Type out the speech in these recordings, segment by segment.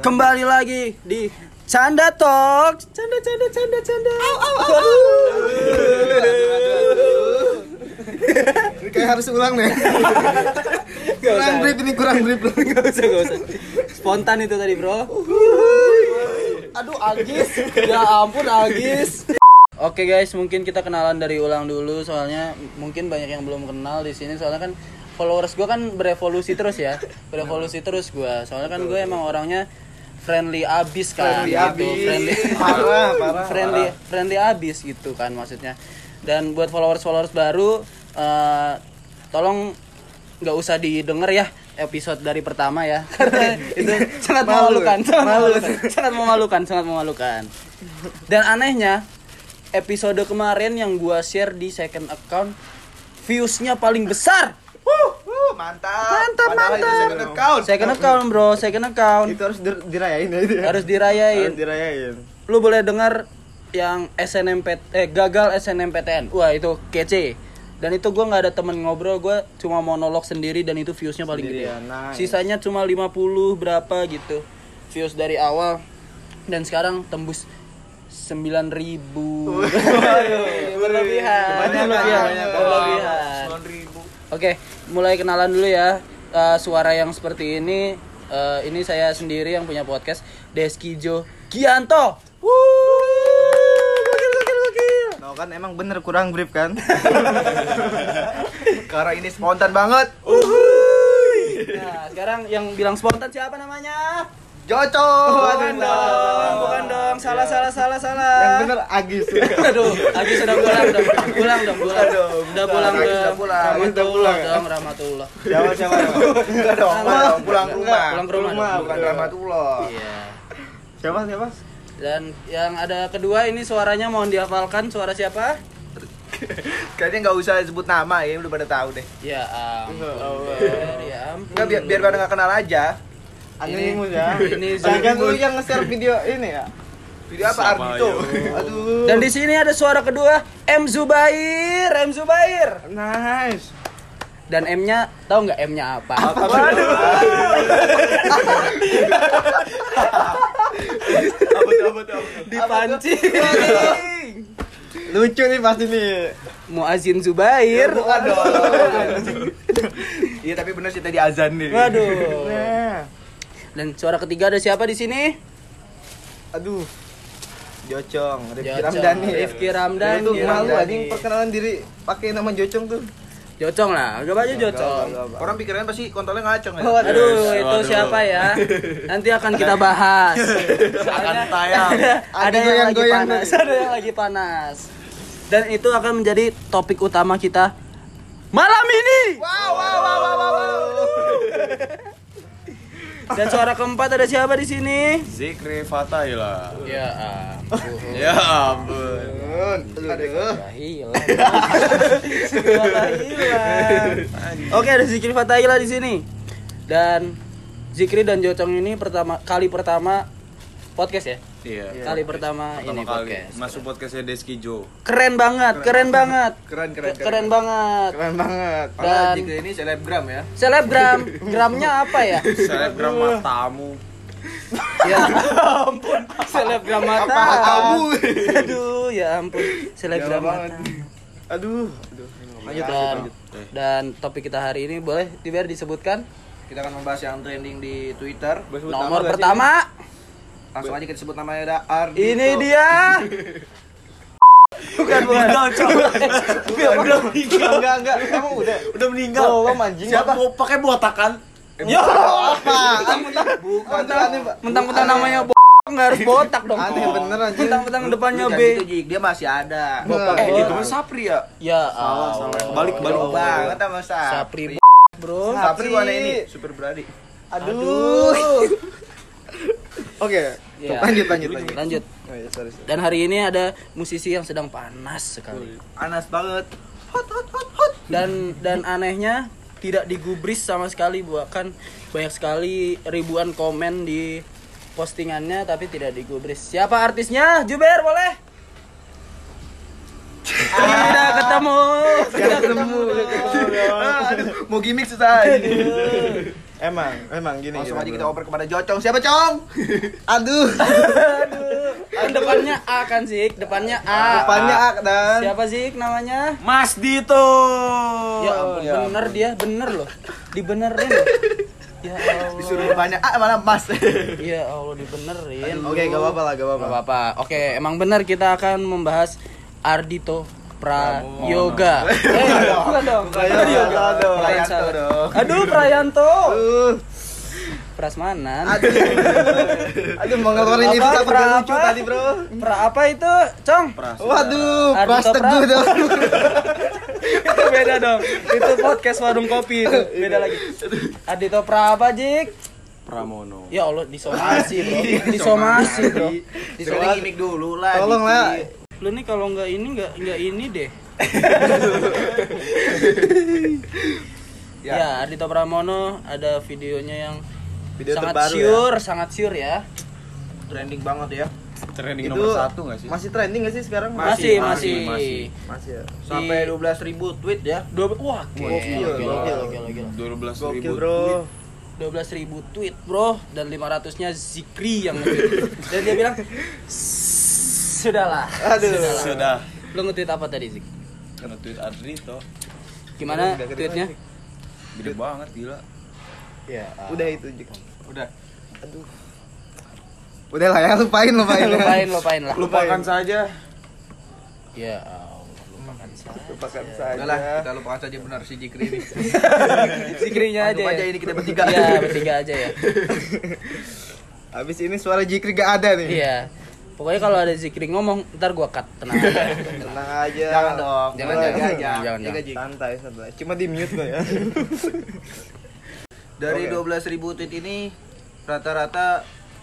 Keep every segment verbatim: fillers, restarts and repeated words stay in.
Kembali lagi di Canda Talk. Canda canda canda canda. Au au au. Kayak harus ulang nih. Kurang grip ini, kurang grip. Enggak usah, enggak usah. Spontan itu tadi, Bro. Aduh, Agis. Ya ampun, Agis. Oke guys, mungkin kita kenalan dari ulang dulu, soalnya mungkin banyak yang belum kenal di sini, soalnya kan followers gue kan berevolusi terus ya, berevolusi terus gue, soalnya kan gue emang orangnya friendly abis kan, friendly gitu. abis. friendly, parah, parah, friendly, parah. friendly abis gitu kan maksudnya. Dan buat followers followers baru, uh, tolong nggak usah didengar ya episode dari pertama ya, karena itu sangat Malu, memalukan, sangat malu. memalukan, sangat memalukan, sangat memalukan. Dan anehnya episode kemarin yang gua share di second account views-nya paling besar. Uh, uh, mantap. Mantap, Padahal mantap. itu second account. Second account, Bro, second account. Itu harus dir- dirayain ya itu. ya? Harus dirayain. Harus dirayain. Lu boleh dengar yang S N M P eh gagal S N M P T N. Wah, itu kece. Dan itu gua enggak ada temen ngobrol, gua cuma monolog sendiri dan itu views-nya paling gede. Sendirian, nice. Sisanya cuma lima puluh berapa gitu. Views dari awal dan sekarang tembus sembilan ribu. Berlebihan. Kebanyakan, Berlebihan. Berlebihan. sembilan ribu. Oke, mulai kenalan dulu ya. Uh, suara yang seperti ini, uh, ini saya sendiri yang punya podcast, Deskijo Gianto. Wuh, gokil, gokil, gokil. No kan emang bener kurang grip kan? Karena ini spontan banget. Nah, sekarang yang bilang spontan siapa namanya? Joco. Bukan dong, bukan dong. Salah, salah, salah, salah. Yang bener Agis. Aduh, Agis sudah pulang dong. Pulang dong, pulang. Aduh, Udah pulang Agis dong. udah pulang. Agis udah Rahmatullah pulang ya? dong, rahmatullah. Siapa siapa? Enggak dong, enggak dong. Pulang ke rumah. Pulang ke rumah dong. bukan Rahmatullah. Iya. Siapa siapa? Dan yang ada kedua ini suaranya mohon dihafalkan, suara siapa? Kayaknya nggak usah sebut nama ya, udah pada tahu deh. Ya ampun. Allah. Ya ampun. Enggak biar biar pada nggak kenal aja. Ini- Anonimus ya. ini Tadi kan Zoom. lu yang nge-share video ini ya. Video apa Ardito? Aduh. Dan di sini ada suara kedua, M Zubair, M Zubair. Nice. Dan M-nya tahu nggak M-nya apa? Waduh. Apa tuh apa tuh? Dipancing. Lucu nih pasti nih. Muazin Zubair. Bukan dong. Iya tapi bener sih tadi azan nih. Waduh. Nah. Dan suara ketiga ada siapa di sini? Aduh. Jocong, Rifki Jocong, Ramdhani. Rifki Ramdhani. Itu malu Ramdhani. anjing perkenalan diri pakai nama Jocong tuh. Jocong lah, anggap aja Jocong. Orang pikirannya pasti kontolnya ngacong ya. Aduh, Yes, itu waduh. siapa ya? Nanti akan kita bahas. Akan tayang. Ada, ada yang lagi goyang-goyang panas, tadi. ada yang lagi panas. Dan itu akan menjadi topik utama kita malam ini. Wow, wow, wow, wow, wow, wow. Dan suara keempat ada siapa di sini? Zikri Fatahila. Ya ampun. Ya ampun. Aduh. Ya hilang. Sudah hilang. Oke, ada Zikri Fatahila di sini. Dan Zikri dan Jocong ini pertama kali pertama podcast ya? Iya. Kali pertama, Pertama ini kali podcast. masuk podcastnya Deskijo. Keren banget, keren banget. Keren, keren, Keren, keren banget. Keren banget. Dan- Padahal jika ini selebgram ya. Selebgram, gramnya apa ya? Selebgram matamu. Ya ampun, selebgram mata. Apa kamu? Aduh, ya ampun, selebgram Jauh mata. banget. Aduh. Aduh. Lanjut, lanjut, Dan, lanjut. dan topik kita hari ini boleh biar disebutkan Kita akan membahas yang trending di Twitter. nomor pertama. Langsung aja kita sebut namanya ada Ardito. Ini dia. Bukan bukan. Belum meninggal. Enggak, enggak. Emang udah. Udah meninggal. Oh, anjing. Siapa mau pakai botakan? Ya, Apa? Bukan tuh aneh, Pak. mentang-mentang namanya bo nggak harus botak dong. Aneh bener anjing. Mentang-mentang depannya Bukan B. gitu, Jik. Dia masih ada. Bapak Eh, gua. itu kan Sapri ya? Ya, Salah, Allah. salah. Balik, balik. Jauh banget sama Sapri. Sapri b- bro. Sapri warna ini super berani. Aduh. Oke, Ya. lanjut lanjut lanjut. Lanjut. Oh, ya, sorry, sorry. Dan hari ini ada musisi yang sedang panas sekali. Panas banget. Dan dan anehnya tidak digubris sama sekali, bahkan banyak sekali ribuan komen di postingannya tapi tidak digubris. Siapa artisnya? Juber boleh? Tidak ketemu. Tidak ketemu. Ah, aduh, mau gimmick susah. Aduh. Emang, emang gini. Langsung aja bro. kita oper kepada Jocong. Siapa, Cong? Aduh. Kan depannya A kan sih, depannya A. Depannya A dan Siapa sih namanya? Mas Dito. Ya ampun, bener dia, bener loh. Dibenerin loh. Ya Allah. Disuruh depannya A malah Mas. Ya Allah, dibenerin. Oke, gak apa-apa lah, gak apa-apa. Gak apa-apa. Oke, emang bener kita akan membahas Ardhito Prayoga. Eh, bukan dong. Prayoga dong. Prayanto dong. Aduh, Prayanto. Uh, Prasmanan. aduh. Aduh, mau ngeluarin Apa? itu tak Pra lucu apa? tadi, Bro. Pra apa itu, Cong? Pras. Waduh, Ardhito Pras Teguh Pra- dong. Itu beda dong. Itu podcast warung kopi itu. Beda lagi. Ardhito Pra apa, Jik? Pramono. Ya Allah, disomasi, Bro. Disomasi, Bro. Disomasi Disomasi. gimmick dulu lah. Tolong lah. Lu nih kalau nggak ini nggak nggak ini deh. Ya. Ya, Ardhito Pramono ada videonya yang Video sangat terbaru sure, sangat sure ya. Trending banget ya. Itu Trending nomor satu nggak sih? Masih trending gak sih sekarang? Masih, masih, masih. masih. Masih ya. Sampai dua belas ribu tweet ya. Dua, wah, gila, Gokil, gila, gila, gokil. gila, gila. dua belas Gokil, ribu Bro. dua belas ribu tweet, Bro, dan lima ratusnya Zikri yang nge-tweet. Dan dia bilang, "Sudahlah." Aduh. Sudahlah. Sudah. Lu nge-tweet apa tadi, Zik? Kena tweet Ardhito. Gimana Udah gede tweetnya? banget. Gede banget gila. Ya, Udah itu, Jik. Udah. Aduh. Udah lah ya, lupain, lupain. lupain, lupain lah. Lupakan saja. Ya, Allah, lupakan saja. Lupakan saja. Udah lah, kita lupakan saja benar si Jikri ini. Zikrinya aja. Anggap ya. aja ini kita bertiga. Iya, bertiga aja ya. Habis ini suara Jikri gak ada nih. Iya. Pokoknya kalau ada Zikri ngomong, ntar gua cut, tenang aja. Tenang aja. Jangan dong. Jangan, Jangan, jangan, jangan. jangan, jangan. Jaga, Jik. Santai, santai. Cuma di mute kok ya. Dari Oke. dua belas ribu tweet ini rata-rata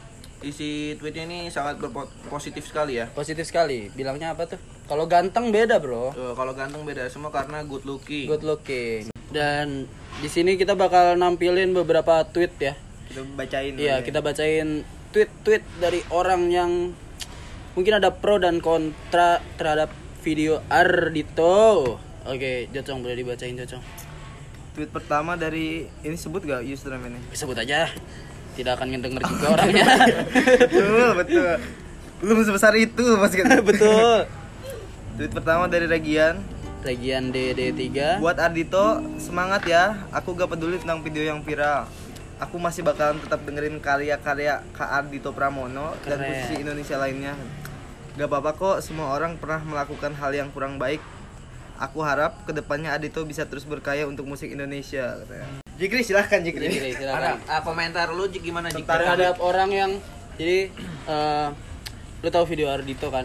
isi tweetnya ini sangat berpositif sekali ya. Positif sekali. Bilangnya apa tuh? Kalau ganteng beda, Bro. Tuh, kalau ganteng beda semua karena good looking. Good looking. Dan di sini kita bakal nampilin beberapa tweet ya. Kita bacain. Iya, aja. kita bacain tweet-tweet dari orang yang mungkin ada pro dan kontra terhadap video Ardhito. Oke, Jocong boleh dibacain, Jocong. Tweet pertama dari ini sebut gak username ini? Sebut aja. Tidak akan ngedenger juga orangnya. Betul, betul. Belum sebesar itu, Mas. Betul. Tweet pertama dari Regian. Regian D D tiga. Buat Ardhito, semangat ya. Aku gak peduli tentang video yang viral. Aku masih bakalan tetap dengerin karya-karya Kak Ardhito Pramono dan Keren. musisi Indonesia lainnya. Gak apa-apa kok, semua orang pernah melakukan hal yang kurang baik. Aku harap kedepannya Ardhito bisa terus berkarya untuk musik Indonesia, katanya. Jikri silahkan Jikri. Jikri, Ada silakan. ah, komentar lu Jik, gimana Jik? Terhadap orang yang jadi eh lu tahu video Ardhito kan?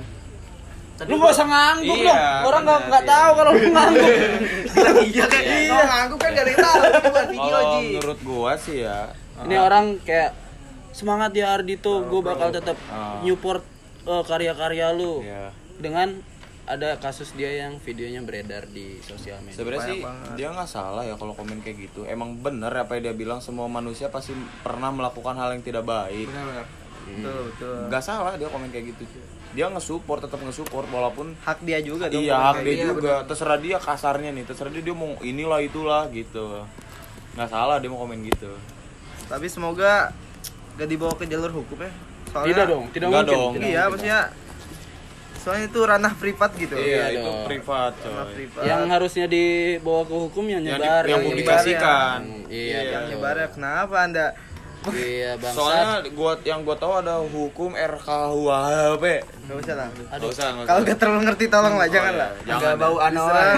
Lu gak usah ngangguk Iya, dong. Orang nggak bener, nggak iya. tahu kalau lu ngangguk. Iya kan. Iya. Ngangguk kan gak ada yang tahu itu buat video Kalau Jik. menurut gua sih ya, Ini orang kayak semangat ya Ardhito, gue bakal tetap Ah. support eh, karya-karya lu. ya Dengan ada kasus dia yang videonya beredar di sosial media. sebenarnya sih banget. dia nggak salah ya kalau komen kayak gitu. Emang bener apa yang dia bilang, semua manusia pasti pernah melakukan hal yang tidak baik. Benar-benar. Betul, betul. Nggak salah dia komen kayak gitu. Dia nge-support, tetap nge-support walaupun Hak dia juga dong. iya kalau hak kayak dia gitu. juga. Terserah dia kasarnya nih, terserah dia dia mau inilah itulah gitu. Nggak salah dia mau komen gitu. Tapi semoga gak dibawa ke jalur hukum ya. Soalnya Tidak dong, tidak Nggak mungkin. dong. tidak Iya, mungkin. maksudnya soalnya itu ranah privat gitu. Iya, Iya itu dong. privat Ranah coy. privat. Yang harusnya dibawa ke hukum yang Yang, di- nyebar. yang Yang publikasikan. Hmm, iya, yang betul. nyebarnya kenapa Anda? Iya, bangsat. Soalnya gua yang gua tahu ada hukum R K U H P. Gak usah lah. Nggak usah, nggak Kalau usah. gak terlalu ngerti tolong lah, jangan Oh, lah. iya. Jangan Agak ya. bau anoan.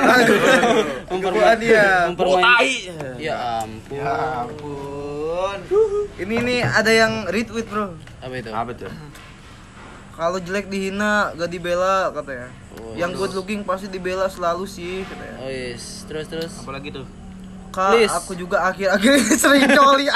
Kebuan dia. Mempermain. Ya ampun. Ya ampun. Ini nih ada yang retweet, Bro. Apa itu? Apa tuh? Kalau jelek dihina, gak dibela katanya. Oh, yang good looking pasti dibela selalu sih katanya. Oh yes, terus terus. Apalagi tuh? Kak, Please. aku juga akhir-akhir ini sering coli.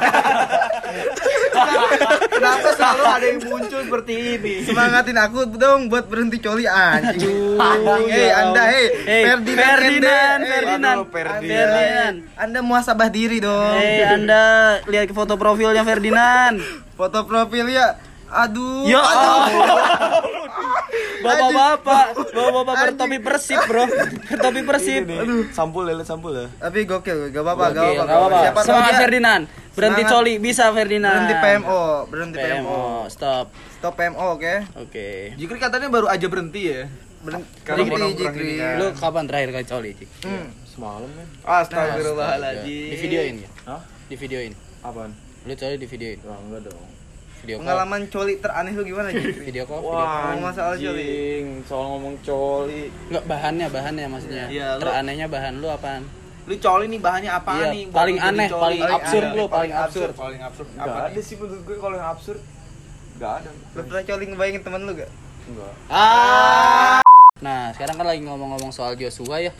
Kenapa selalu ada yang muncul seperti ini? Semangatin aku dong buat berhenti coli anjing. Aduh, Hei, ya Anda, Allah. hei, Hey, Ferdinand, Ferdinand, Ende. Ferdinand, Aduh, Ferdinand. Ferdinand. Anda muhasabah diri dong. Hei, Anda lihat foto profilnya Ferdinand. Foto profil ya. Aduh. Ya aduh. Bapak-bapak, bapak-bapak bertopi Persib, Bro. Bertopi Persib. Aduh, sampul ya, lihat sampul ya. Tapi gokil, gak apa-apa, gak Oke, apa-apa. enggak apa-apa. Siapa tahu Semangat dia Ferdinand. Berhenti Semangat. coli bisa Ferdinand. Berhenti P M O, berhenti P M O. Stop. Stop P M O, oke? Oke. Jikri katanya baru aja berhenti ya. Berhenti Karena mau Jikri, nongkrong Jikri. ini kan. Lu kapan terakhir kali coli, Cik? Hmm. Semalam men. Astagfirullahaladzim. Di videoin ya? Hah? Di videoin. Apaan? Lu coli di videoin. Wah, enggak dong. Video call. Pengalaman coli teraneh lu gimana, Jikri? Video call. Video Wah, Ngomong masalah coli. anjing, soal ngomong coli. Enggak bahannya, bahannya maksudnya. Iya, lu- Teranehnya bahan lu apaan? Lu coli nih bahannya apaan Iya, nih? Buat paling lu jadi aneh, coli? paling absurd aneh. lu, paling absurd. Paling absurd. Enggak Apa ada nih? sih menurut gue kalau yang absurd. Enggak ada. Lu pernah coli ngebayangin temen lu gak? Enggak. Ah. Nah, sekarang kan lagi ngomong-ngomong soal Joshua ya.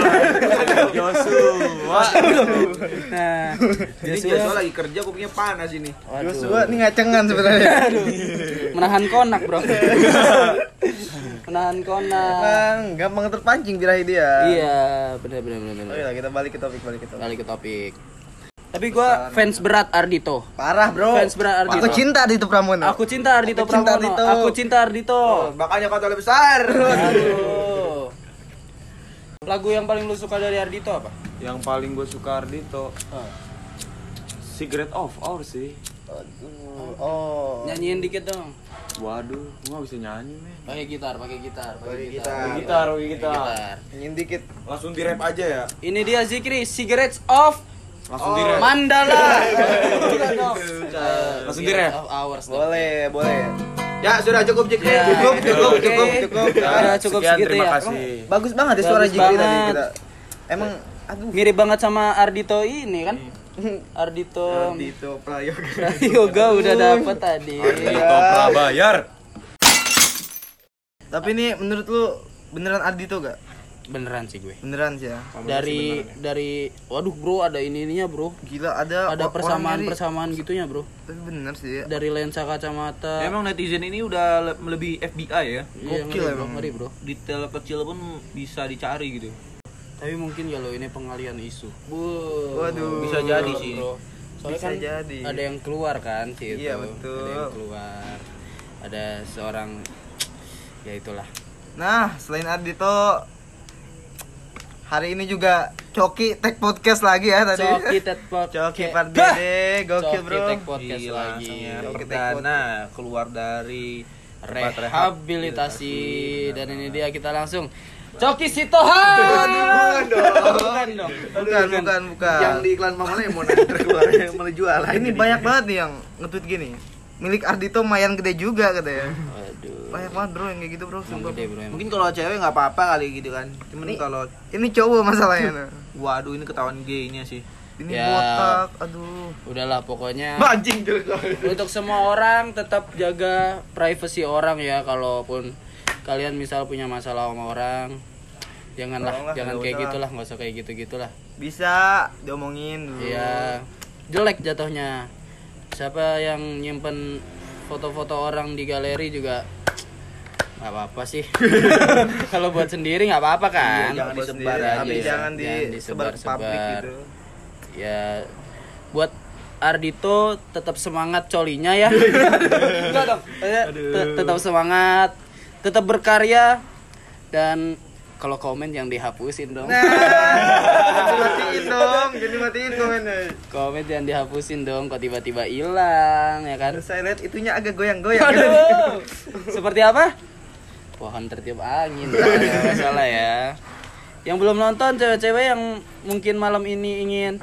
Joshua. Nah, Ini Joshua lagi kerja kupingnya panas ini. waduh. Joshua nih ngacengan sebenarnya. Menahan konak, Bro. Menahan konak. Bang, gampang terpancing birahi dia. Iya, benar benar benar Oh benar. iya, kita balik ke topik, balik ke topik. Balik ke topik. Tapi gua fans berat Ardito. Parah, Bro. Fans berat Ardito. Aku cinta Ardito Pramono. Aku cinta Ardito Aku cinta Pramono. Ardito. Aku cinta Ardito. Makanya kota lebih besar. Aduh. Lagu yang paling lu suka dari Ardito apa? Yang paling gue suka Ardito Oh. Secret of Our sih. Oh. Nyanyiin dikit dong. Waduh, gue gak bisa nyanyi men. Pakai gitar, pakai gitar, pakai Pakai gitar. gitar. Gitar, Pakai gitar. gitar. Nyanyiin dikit. Langsung di rap aja ya. Ini dia Zikri, Cigarettes of Langsung di rap. Mandala. Bukan dong. Langsung di rap. Of Hours. dong. Boleh, boleh. Ya sudah cukup Jikri. Ya, Cukup, cukup, oke. cukup, cukup. Udah cukup Sekian, segitu terima ya. kasih. Bagus banget ya suara Bagus Jikri tadi banget. kita. Emang aduh. Mirip banget sama Ardito ini kan? Ardito Ardito Prayoga. Prayoga udah dapet tadi. Ardito Prabayar. Tapi ini menurut lu beneran Ardito gak? Beneran sih gue. Beneran sih ya. Dari dari waduh bro ada ini ininya bro. Gila ada Ada o- orang nyari. persamaan-persamaan gitunya bro. Tapi bener sih ya. Dari lensa kacamata. Emang netizen ini udah le- lebih F B I ya. Iya, gokil ngeri, bro, emang. ngeri bro. Detail kecil pun bisa dicari gitu. Tapi mungkin kalau ini pengalian isu. Bu. Waduh. Bisa jadi sih. Bro. Soalnya Bisa kan jadi. ada yang keluar kan sih itu. Iya, betul. Ada yang keluar. Ada seorang ya itulah. Nah, selain Ardito hari ini juga Coki tag podcast lagi ya tadi. Coki Ted Podcast. Coki Pardede, gokil Coki bro. Tag Podcast Gila, lagi. langsung ya. Oke, Perdana keluar dari tempat Rehabilitasi dan ini dia kita langsung Coki Sitohan. Bukan dong. Bukan dong. Bukan, bukan, bukan. yang di iklan Mama Lemon yang keluar malah jualan. Ini banyak banget nih yang nge-tweet gini. Milik Ardito mayan gede juga katanya. Waduh. Banyak banget bro yang kayak gitu bro. Emang Sumpah. gede bro emang. Mungkin kalau cewek nggak apa-apa kali gitu kan. Cuman Ini- kalau Ini cowok masalahnya. Nah. waduh ini ketahuan gay-nya sih. Ini Ya. botak, aduh. Udahlah pokoknya Anjing tuh. untuk semua orang tetap jaga privasi orang ya, kalaupun kalian misal punya masalah sama orang janganlah Tolonglah, jangan nggak kayak usah. gitulah, nggak usah kayak gitu-gitulah. Bisa diomongin dulu. Iya, jelek jatuhnya. Siapa yang nyimpen foto-foto orang di galeri juga nggak apa-apa sih. Kalau buat sendiri nggak apa-apa kan. Iya, jangan Buat disebar sendiri, aja. tapi Iya, jangan disebar ke publik gitu. Ya, buat Ardito tetap semangat colinya ya. Enggak dong. Eh, te- Tetap semangat, tetap berkarya dan kalau komen yang dihapusin dong. Nah, jadi matiin dong, jadi matiin komennya. Komen yang dihapusin dong, kok tiba-tiba hilang ya kan. Terus saya lihat itunya agak goyang-goyang. Aduh. Seperti apa? Pohon tertiup angin. Nggak salah ya. Yang belum nonton cewek-cewek yang mungkin malam ini ingin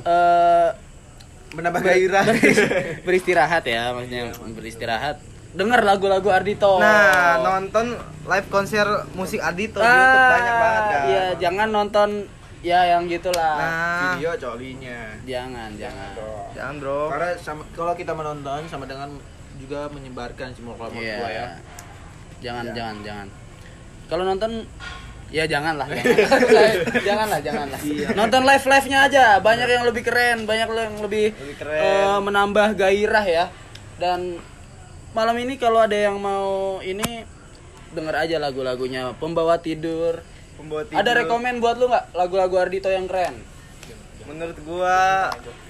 eh Menambah gairah. beristirahat ya, maksudnya beristirahat. Dengar lagu-lagu Ardito. Nah, nonton live konser musik Ardito di YouTube banyak banget kan. Iya, jangan nonton ya yang gitulah. Nah, Video colinya. Jangan, jangan. jangan bro. Karena sama, kalau kita menonton sama dengan juga menyebarkan semua kalau menurut Iya. gua ya. Jangan, Iya. jangan, jangan. Kalau nonton ya janganlah, jangan. janganlah, janganlah. Iya. Nonton live-live-nya aja, banyak yang lebih keren, banyak yang lebih, Lebih keren. eh, menambah gairah ya. Dan malam ini kalau ada yang mau ini denger aja lagu-lagunya Pembawa Tidur. Pembawa tidur. Ada rekomen buat lu nggak lagu-lagu Ardito yang keren? Menurut gua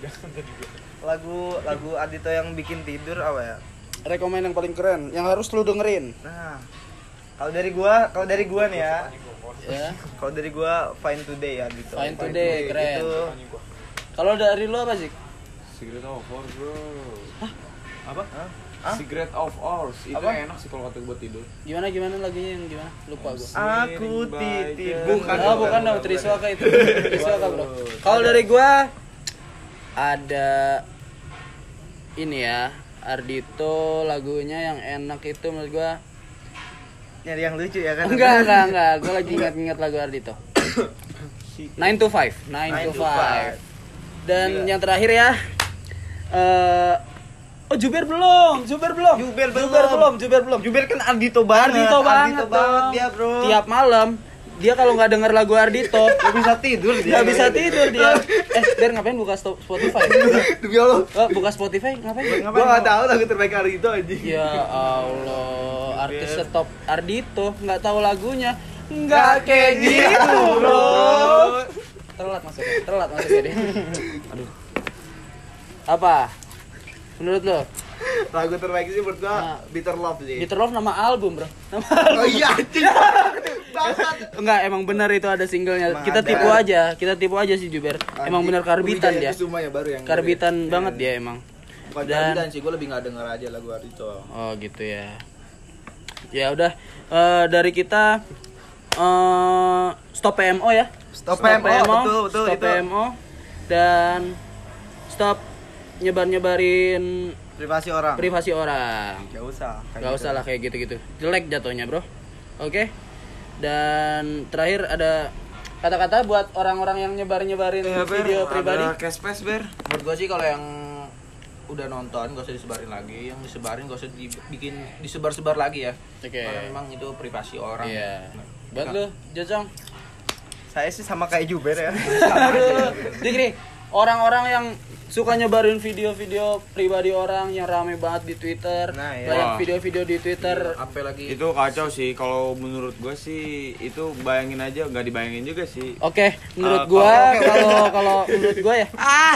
lagu lagu Ardito yang bikin tidur apa ya? Rekomen yang paling keren, yang harus lu dengerin. Nah, kalau dari gua, kalau dari gua nih ya, Ya. kalau dari gua Fine Today ya gitu. Fine Today, keren. Itu Kalau dari lu apa sih? Secret of Ours, bro. Apa? Secret of Ours. Itu Apa? enak sih kalau kata buat tidur. Gimana gimana lagunya yang gimana? Lupa gua. Aku titip. Bukan, oh, bukan dong, Triswaka itu. Triswaka, Bro. Kalau dari gua ada ini ya, Ardito lagunya yang enak itu menurut gua. Nyari yang lucu ya kan? Enggak, enggak, enggak. Gua lagi ingat-ingat lagu Ardito. nine to five, nine to five. Dan yang terakhir ya eh oh Juber belum, Juber belum. Juber belum. Juber belum, Juber belum. Juber kan Ardito banget. Ardito banget, Ardito banget dong. dia, Bro. Tiap malam dia kalau nggak denger lagu Ardito Gak bisa tidur dia. nggak bisa tidur dia. Eh, Ber ngapain buka stop Spotify? Demi Allah. Oh, buka Spotify ngapain? Gua enggak tahu lagu terbaik Ardito anjing. Ya Allah, artis stop Ardito nggak tahu lagunya. Nggak kayak gitu, Bro. Telat masuknya, telat masuknya dia. Aduh. Apa? Menurut lo? Lagu terbaik sih menurut gua Nah. Bitter Love sih. Bitter Love nama album, Bro. Nama Oh iya anjing. Bangsat. Enggak, emang benar itu ada singlenya. Emang Kita ada. tipu aja, kita tipu aja sih Juber. Emang benar karbitan dia. Itu semua ya baru yang Karbitan banget dia emang. Bukan Dan- karbitan sih, gue lebih nggak denger aja lagu Ardito. Oh gitu ya. Ya udah eh, dari kita eh stop P M O ya. Stop P M O, betul, betul, Stop itu. P M O dan stop nyebar-nyebarin Privasi orang. privasi orang. Gak usah. kayak Gak gitu. usah lah kayak gitu-gitu. Jelek jatuhnya, Bro. Oke. Dan terakhir ada kata-kata buat orang-orang yang nyebar-nyebarin Iya, Ber. video pribadi. Ada cash pass, Ber. Menurut gue sih kalau yang udah nonton gak usah disebarin lagi, yang disebarin gak usah dibikin disebar-sebar lagi ya. Oke. Karena memang itu privasi orang. Iya. Nah, Buat lu, Jocong. Saya sih sama kayak Juber ya. Aduh. Jadi gini, orang-orang yang suka nyebarin video-video pribadi orang yang rame banget di Twitter, Nah, iya. banyak Wah. video-video di Twitter. apa lagi? Itu kacau sih kalau menurut gua sih. Itu bayangin aja, nggak dibayangin juga sih. Oke, menurut Eh, gua oke, oke. kalau kalau menurut gua ya. Ah.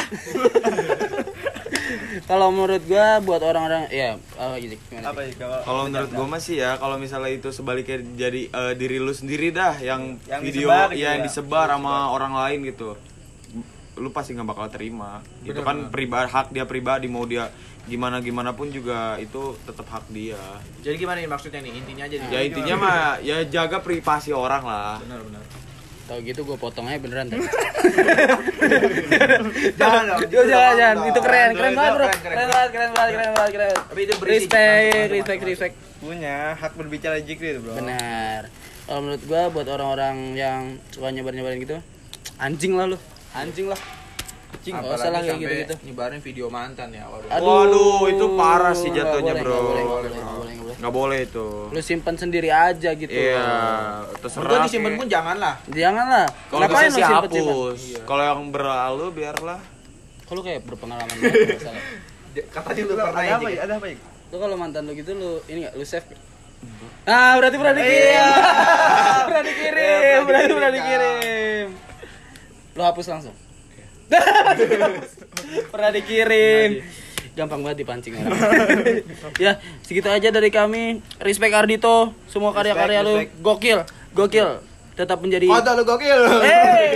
Kalau menurut gua buat orang-orang ya apa gitu gimana? Apa sih kalau Kalau menurut gua masih ya, kalau misalnya itu sebaliknya jadi eh, diri lu sendiri dah yang, Yang video disebar gitu ya, yang ya. disebar sama orang lain gitu, lu pasti nggak bakal terima. Itu kan pribadi, hak dia pribadi, mau dia gimana gimana pun juga itu tetap hak dia. Jadi gimana nih maksudnya nih? Intinya aja nih. Ya intinya mah ya jaga privasi orang lah. Benar-benar. Tahu gitu gua potong aja beneran tadi. Jangan dong. Yo, jangan, jangan. dong. Itu keren, keren Itu banget, Bro. keren, Keren banget, keren banget, keren banget, keren banget. Tapi itu berisi Respect, respect, respect. Punya hak berbicara Jikri itu, Bro. Benar. Kalau menurut gua buat orang-orang yang suka nyebar-nyebarin gitu, anjing lah lu. Anjing lah. Anjing. Enggak usah lah kayak sampai gitu-gitu. nyebarin video mantan ya. Waduh. Waduh, itu parah sih nggak jatuhnya, boleh, bro. nggak boleh, nggak boleh, nggak boleh, nggak boleh. Nggak boleh itu. Lu simpan sendiri aja gitu. Iya, Menurut terserah. gue disimpan pun jangan lah. Janganlah. Kalau Ngapain bisa lu sih simpen-simpen? hapus. Kalau yang berlalu biarlah. Kalau kayak berpengalaman banget masalah. Katanya lu Ada pernah apa ya. ya? Ada apa ya? Lu kalau mantan lu gitu lu ini enggak lu save? Ah, berarti pernah dikirim. Pernah dikirim, berarti pernah dikirim. Lu hapus langsung. Pernah dikirim. Gampang banget dipancing orang. Ya, segitu aja dari kami. Respect Ardito, semua karya-karya lu respect. gokil, gokil. Tetap menjadi Kota lu gokil. Hey!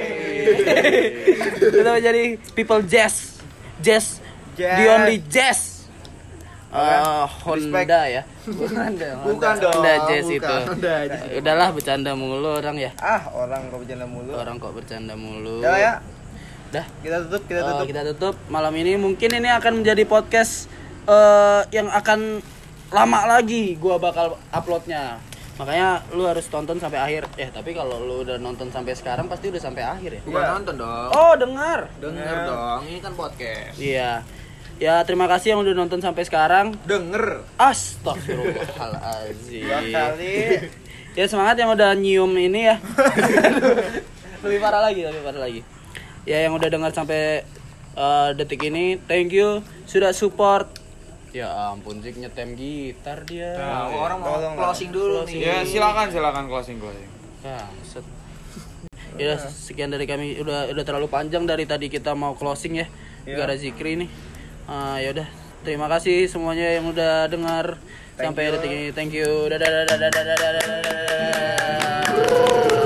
Tetap menjadi people jazz. Jazz. Jazz. The only jazz. Uh, Respect. Honda ya. Bukan dong. Bukan dong, Honda jazz bukan. itu. Honda Jazz. Udahlah bercanda mulu orang ya. Ah, orang kok bercanda mulu. Orang kok bercanda mulu. Ya ya, Dah. kita tutup, kita Oh, tutup. kita tutup malam ini. Mungkin ini akan menjadi podcast eh, yang akan lama lagi gua bakal uploadnya. Makanya lu harus tonton sampai akhir. Eh, tapi kalau lu udah nonton sampai sekarang pasti udah sampai akhir ya. Bukan Iya. nonton dong. Oh, dengar. Denger dong. Ini kan podcast. Iya. Ya, terima kasih yang udah nonton sampai sekarang. Denger. Astagfirullahalazim. Dua kali. Ya, semangat yang udah nyium ini ya. Lebih parah lagi, lebih parah lagi. Ya, yang udah dengar sampai eh, detik ini, thank you sudah support. Ya ampun, Zik nyetem gitar dia. Nah, orang mau Tolong lah. closing dulu nih. Ya silakan silakan closing closing. Bangsat. Ya, sekian dari kami. Udah udah terlalu panjang dari tadi kita mau closing ya. Gara Zikri nih. Ah, ya udah. Terima kasih semuanya yang udah dengar sampai detik ini. Thank you. Dadah dadah dadah dadah dadah.